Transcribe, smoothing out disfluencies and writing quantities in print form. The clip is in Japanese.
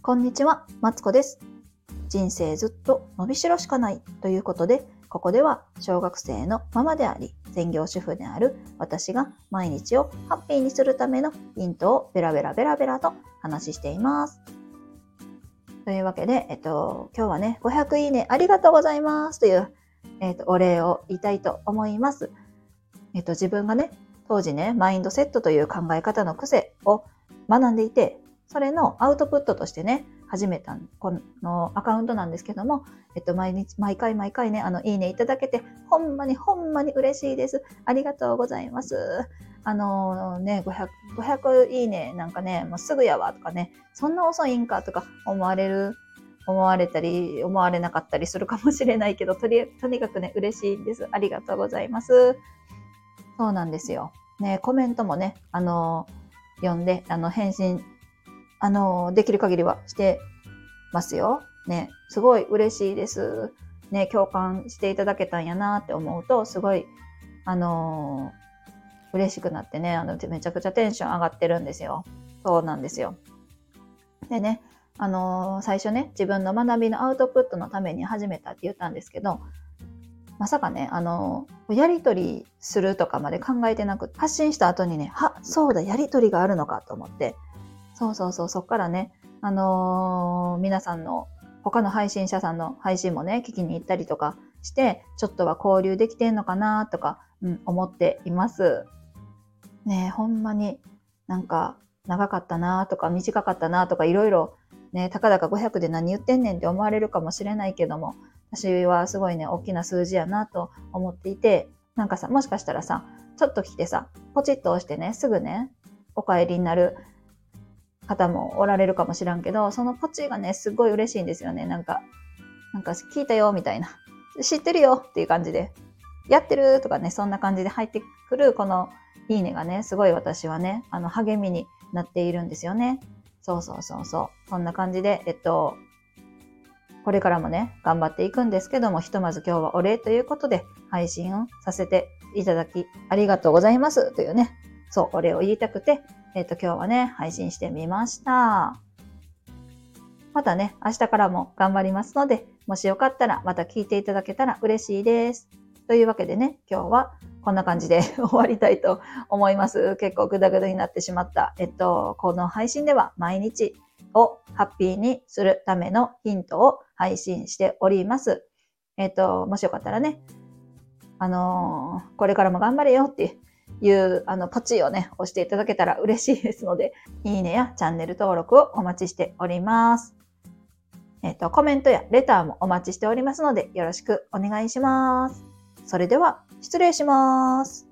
こんにちは、マツコです。人生ずっと伸びしろしかないということで、ここでは小学生のママであり、専業主婦である私が毎日をハッピーにするためのヒントをベラベラと話しています。というわけで、今日はね、500いいねありがとうございますという、お礼を言いたいと思います。自分がね、当時ね、マインドセットという考え方の癖を学んでいて、それのアウトプットとしてね、始めたこのアカウントなんですけども、毎回ね、いいねいただけて、ほんまに嬉しいです。ありがとうございます。500いいねなんかね、もうすぐやわとかね、そんな遅いんかとか思われたり、思われなかったりするかもしれないけど、とにかくね、嬉しいんです。ありがとうございます。そうなんですよ。ね、コメントもね、読んで、返信、できる限りはしてますよ。ね、すごい嬉しいです。ね、共感していただけたんやなって思うと、すごい、嬉しくなってね、めちゃくちゃテンション上がってるんですよ。そうなんですよ。でね、最初ね、自分の学びのアウトプットのために始めたって言ったんですけど、まさかね、やりとりするとかまで考えてなく、発信した後にね、そうだ、やりとりがあるのかと思って、そっからね、皆さんの、他の配信者さんの配信もね、聞きに行ったりとかして、ちょっとは交流できてんのかなとか、思っています。ね、ほんまになんか長かったなとか短かったなとかいろいろね、たかだか500で何言ってんねんって思われるかもしれないけども、私はすごいね、大きな数字やなと思っていて、なんかさ、もしかしたらさ、ちょっと来てさ、ポチッと押してね、すぐね、お帰りになる方もおられるかもしらんけど、そのポチがね、すごい嬉しいんですよね。なんか聞いたよみたいな。知ってるよっていう感じで。やってるとかね、そんな感じで入ってくるこのいいねがね、すごい私はね、励みになっているんですよね。そう。そんな感じで、これからもね、頑張っていくんですけども、ひとまず今日はお礼ということで配信をさせていただきありがとうございますというね、お礼を言いたくて、今日はね、配信してみました。またね、明日からも頑張りますので、もしよかったらまた聞いていただけたら嬉しいです。というわけでね、今日はこんな感じで終わりたいと思います。結構グダグダになってしまった。この配信では毎日をハッピーにするためのヒントを配信しております。もしよかったらね、これからも頑張れよっていうポチをね、押していただけたら嬉しいですので、いいねやチャンネル登録をお待ちしております。コメントやレターもお待ちしておりますので、よろしくお願いします。それでは、失礼します。